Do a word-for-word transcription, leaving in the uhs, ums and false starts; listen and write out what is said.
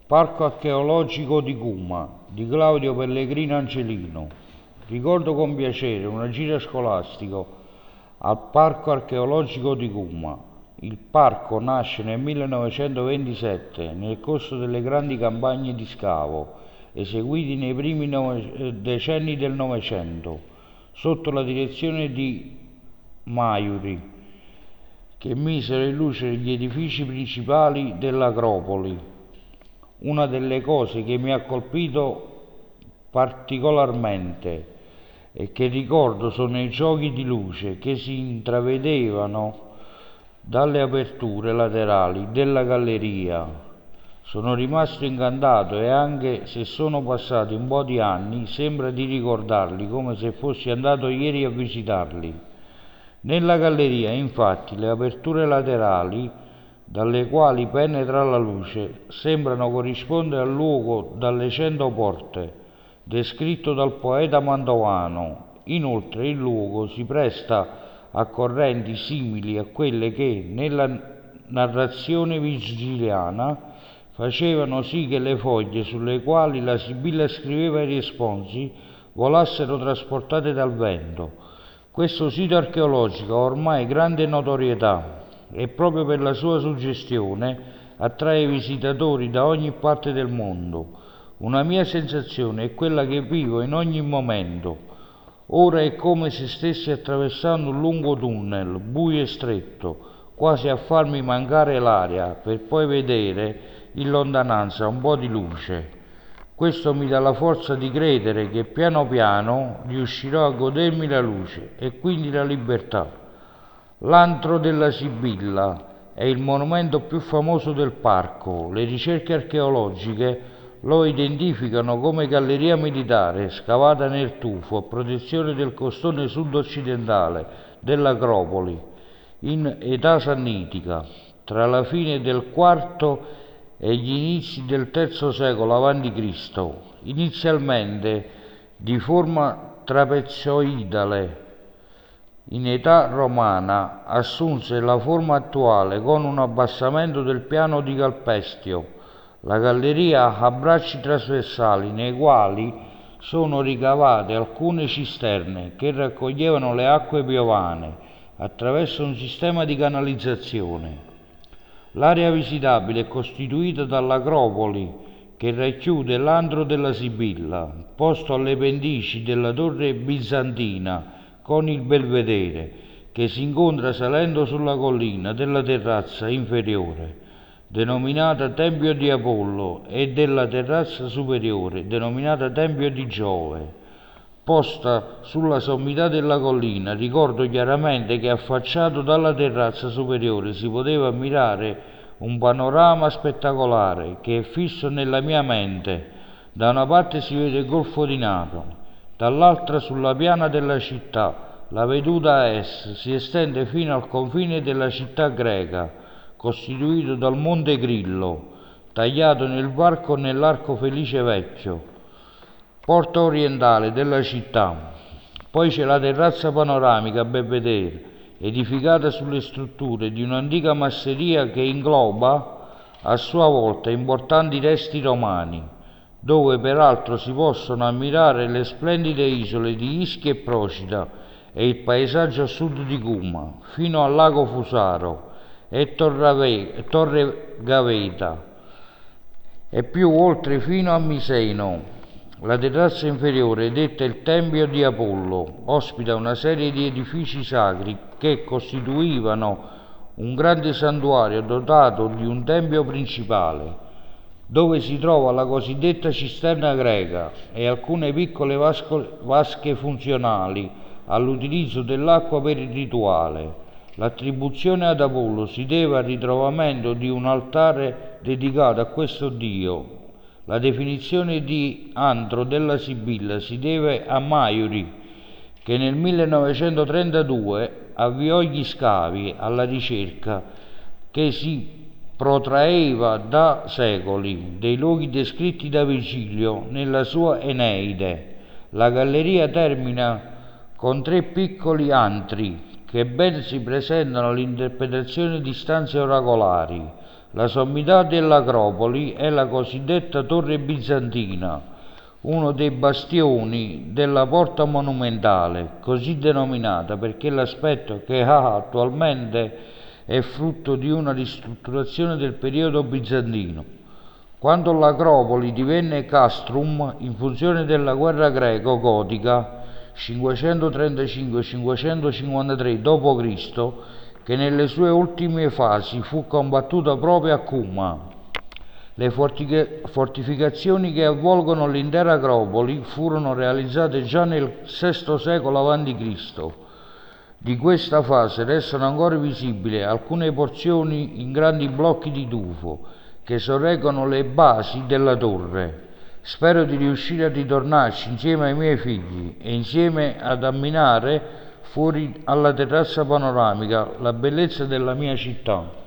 Parco archeologico di Cuma di Claudio Pellegrino Angelino. Ricordo con piacere una gita scolastico al Parco archeologico di Cuma. Il parco nasce nel millenovecentoventisette nel corso delle grandi campagne di scavo eseguiti nei primi nove- decenni del Novecento sotto la direzione di Maiuri, che misero in luce gli edifici principali dell'Acropoli. Una delle cose che mi ha colpito particolarmente e che ricordo sono i giochi di luce che si intravedevano dalle aperture laterali della galleria. Sono rimasto incantato e anche se sono passati un po' di anni sembra di ricordarli come se fossi andato ieri a visitarli. Nella galleria, infatti, le aperture laterali dalle quali penetra la luce sembrano corrispondere al luogo dalle cento porte descritto dal poeta mantovano. Inoltre il luogo si presta a correnti simili a quelle che nella narrazione virgiliana facevano sì che le foglie sulle quali la Sibilla scriveva i responsi volassero trasportate dal vento. Questo sito archeologico ha ormai grande notorietà e proprio per la sua suggestione attrae visitatori da ogni parte del mondo. Una mia sensazione è quella che vivo in ogni momento. Ora è come se stessi attraversando un lungo tunnel, buio e stretto, quasi a farmi mancare l'aria, per poi vedere in lontananza un po' di luce. Questo mi dà la forza di credere che piano piano riuscirò a godermi la luce e quindi la libertà. L'antro della Sibilla è il monumento più famoso del parco. Le ricerche archeologiche lo identificano come galleria militare scavata nel tufo a protezione del costone sud-occidentale dell'Acropoli in età sannitica, tra la fine del quarto e gli inizi del terzo secolo avanti Cristo. Inizialmente di forma trapezoidale, in età romana assunse la forma attuale con un abbassamento del piano di calpestio. La galleria ha bracci trasversali nei quali sono ricavate alcune cisterne che raccoglievano le acque piovane attraverso un sistema di canalizzazione. L'area visitabile è costituita dall'Acropoli, che racchiude l'antro della Sibilla, posto alle pendici della torre bizantina con il belvedere, che si incontra salendo sulla collina della terrazza inferiore, denominata Tempio di Apollo, e della terrazza superiore, denominata Tempio di Giove. Posta sulla sommità della collina, ricordo chiaramente che affacciato dalla terrazza superiore si poteva ammirare un panorama spettacolare che è fisso nella mia mente. Da una parte si vede il Golfo di Napoli, dall'altra sulla piana della città la veduta a est si estende fino al confine della città greca, costituito dal Monte Grillo, tagliato nel varco nell'Arco Felice Vecchio, porta orientale della città. Poi c'è la terrazza panoramica a Belvedere, edificata sulle strutture di un'antica masseria che ingloba a sua volta importanti resti romani, dove peraltro si possono ammirare le splendide isole di Ischia e Procida e il paesaggio a sud di Cuma, fino al lago Fusaro e Torrave- Torre Gaveta, e più oltre fino a Miseno. La terrazza inferiore, detta il Tempio di Apollo, ospita una serie di edifici sacri che costituivano un grande santuario dotato di un tempio principale, dove si trova la cosiddetta cisterna greca e alcune piccole vasco- vasche funzionali all'utilizzo dell'acqua per il rituale. L'attribuzione ad Apollo si deve al ritrovamento di un altare dedicato a questo dio. La definizione di antro della Sibilla si deve a Maiuri, che nel millenovecentotrentadue avviò gli scavi alla ricerca, che si protraeva da secoli, dei luoghi descritti da Virgilio nella sua Eneide. La galleria termina con tre piccoli antri che ben si presentano all'interpretazione di stanze oracolari. La sommità dell'Acropoli è la cosiddetta Torre Bizantina, uno dei bastioni della porta monumentale, così denominata perché l'aspetto che ha attualmente è frutto di una ristrutturazione del periodo bizantino. Quando l'Acropoli divenne castrum in funzione della guerra greco-gotica cinquecentotrentacinque cinquecentocinquantatré dopo Cristo, che nelle sue ultime fasi fu combattuta proprio a Cuma. Le fortificazioni che avvolgono l'intera Acropoli furono realizzate già nel sesto secolo avanti Cristo. Di questa fase restano ancora visibili alcune porzioni in grandi blocchi di tufo che sorreggono le basi della torre. Spero di riuscire a ritornarci insieme ai miei figli e insieme ad ammirare fuori alla terrazza panoramica la bellezza della mia città.